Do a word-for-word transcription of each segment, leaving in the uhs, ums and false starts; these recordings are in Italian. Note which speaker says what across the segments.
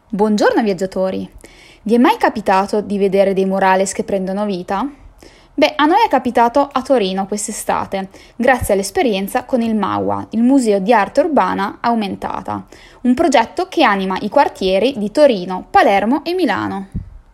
Speaker 1: Buongiorno viaggiatori! Vi è mai capitato di vedere dei murales che prendono vita? Beh, a noi è capitato a Torino quest'estate, grazie all'esperienza con il MAUA, il Museo di Arte Urbana Aumentata, un progetto che anima i quartieri di Torino, Palermo e Milano.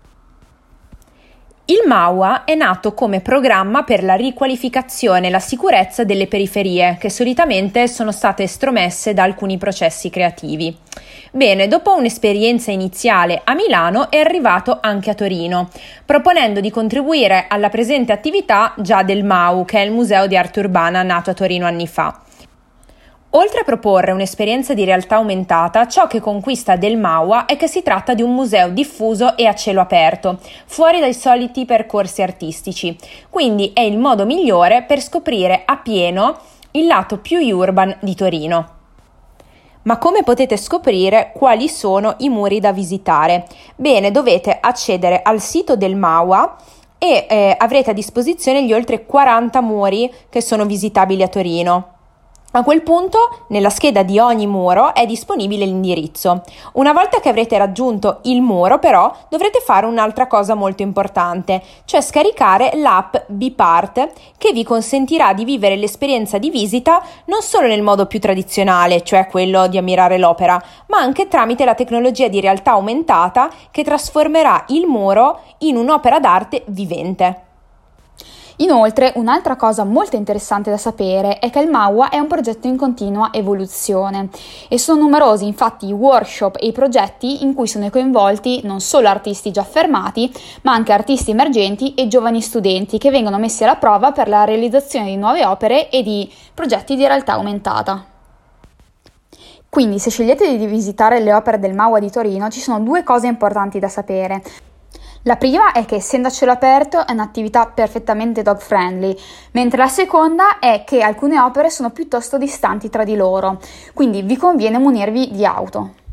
Speaker 2: Il MAUA è nato come programma per la riqualificazione e la sicurezza delle periferie, che solitamente sono state estromesse da alcuni processi creativi. Bene, dopo un'esperienza iniziale a Milano è arrivato anche a Torino, proponendo di contribuire alla presente attività già del MAU, che è il Museo di Arte Urbana nato a Torino anni fa. Oltre a proporre un'esperienza di realtà aumentata, ciò che conquista del MAUA è che si tratta di un museo diffuso e a cielo aperto, fuori dai soliti percorsi artistici, quindi è il modo migliore per scoprire appieno il lato più urban di Torino. Ma come potete scoprire quali sono i muri da visitare? Bene, dovete accedere al sito del MAUA e eh, avrete a disposizione gli oltre quaranta muri che sono visitabili a Torino. A quel punto, nella scheda di ogni muro è disponibile l'indirizzo. Una volta che avrete raggiunto il muro, però, dovrete fare un'altra cosa molto importante, cioè scaricare l'app Bpart, che vi consentirà di vivere l'esperienza di visita non solo nel modo più tradizionale, cioè quello di ammirare l'opera, ma anche tramite la tecnologia di realtà aumentata che trasformerà il muro in un'opera d'arte vivente.
Speaker 1: Inoltre, un'altra cosa molto interessante da sapere è che il MAUA è un progetto in continua evoluzione e sono numerosi infatti i workshop e i progetti in cui sono coinvolti non solo artisti già affermati, ma anche artisti emergenti e giovani studenti che vengono messi alla prova per la realizzazione di nuove opere e di progetti di realtà aumentata. Quindi, se scegliete di visitare le opere del MAUA di Torino, ci sono due cose importanti da sapere. La prima è che, essendo a cielo aperto, è un'attività perfettamente dog friendly, mentre la seconda è che alcune opere sono piuttosto distanti tra di loro, quindi vi conviene munirvi di auto.